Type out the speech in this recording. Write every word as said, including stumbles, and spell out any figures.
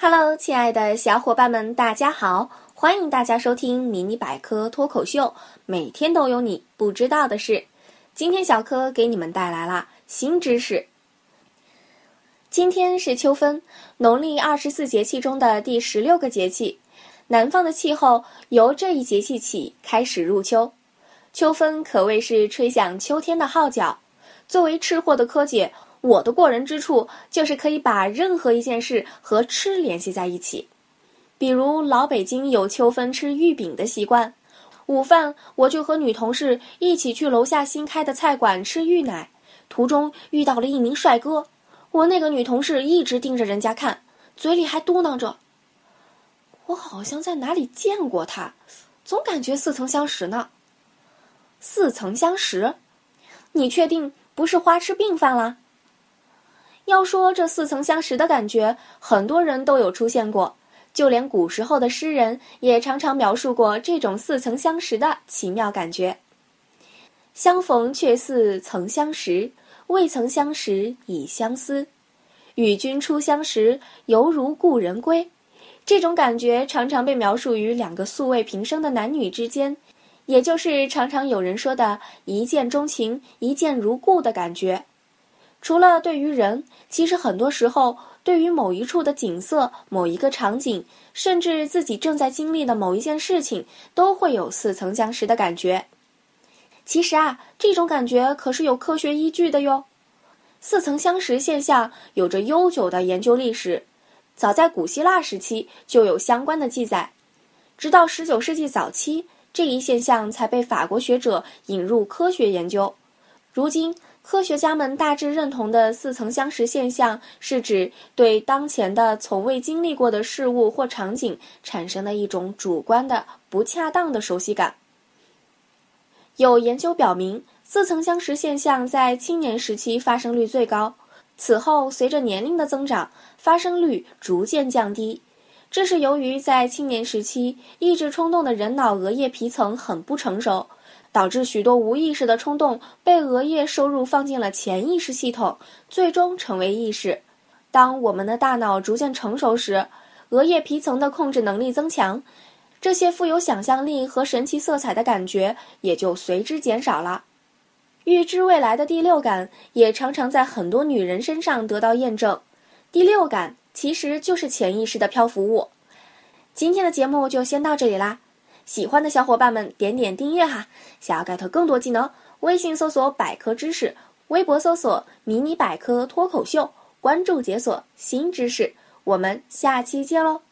Hello， 亲爱的小伙伴们，大家好！欢迎大家收听迷你百科脱口秀，每天都有你不知道的事。今天小柯给你们带来了新知识。今天是秋分，农历二十四节气中的第十六个节气。南方的气候由这一节气起开始入秋，秋分可谓是吹响秋天的号角。作为吃货的柯姐，我的过人之处就是可以把任何一件事和吃联系在一起。比如老北京有秋分吃芋饼的习惯，午饭我就和女同事一起去楼下新开的菜馆吃芋奶，途中遇到了一名帅哥，我那个女同事一直盯着人家看，嘴里还嘟囔着，我好像在哪里见过他，总感觉似曾相识呢。似曾相识？你确定不是花痴病犯啦？要说这似曾相识的感觉，很多人都有出现过，就连古时候的诗人也常常描述过这种似曾相识的奇妙感觉。相逢却似曾相识，未曾相识已相思。与君初相识，犹如故人归。这种感觉常常被描述于两个素未平生的男女之间，也就是常常有人说的一见钟情、一见如故的感觉。除了对于人，其实很多时候对于某一处的景色、某一个场景，甚至自己正在经历的某一件事情，都会有似曾相识的感觉。其实啊，这种感觉可是有科学依据的哟。似曾相识现象有着悠久的研究历史，早在古希腊时期就有相关的记载，直到十九世纪早期，这一现象才被法国学者引入科学研究。如今科学家们大致认同的似曾相识现象，是指对当前的从未经历过的事物或场景产生的一种主观的不恰当的熟悉感。有研究表明，似曾相识现象在青年时期发生率最高，此后随着年龄的增长，发生率逐渐降低。这是由于在青年时期，抑制冲动的人脑额叶皮层很不成熟，导致许多无意识的冲动被额叶收入放进了潜意识系统，最终成为意识。当我们的大脑逐渐成熟时，额叶皮层的控制能力增强，这些富有想象力和神奇色彩的感觉也就随之减少了。预知未来的第六感也常常在很多女人身上得到验证。第六感其实就是潜意识的漂浮物。今天的节目就先到这里啦，喜欢的小伙伴们点点订阅哈。想要 get 更多技能，微信搜索百科知识，微博搜索迷你百科脱口秀，关注解锁新知识。我们下期见喽。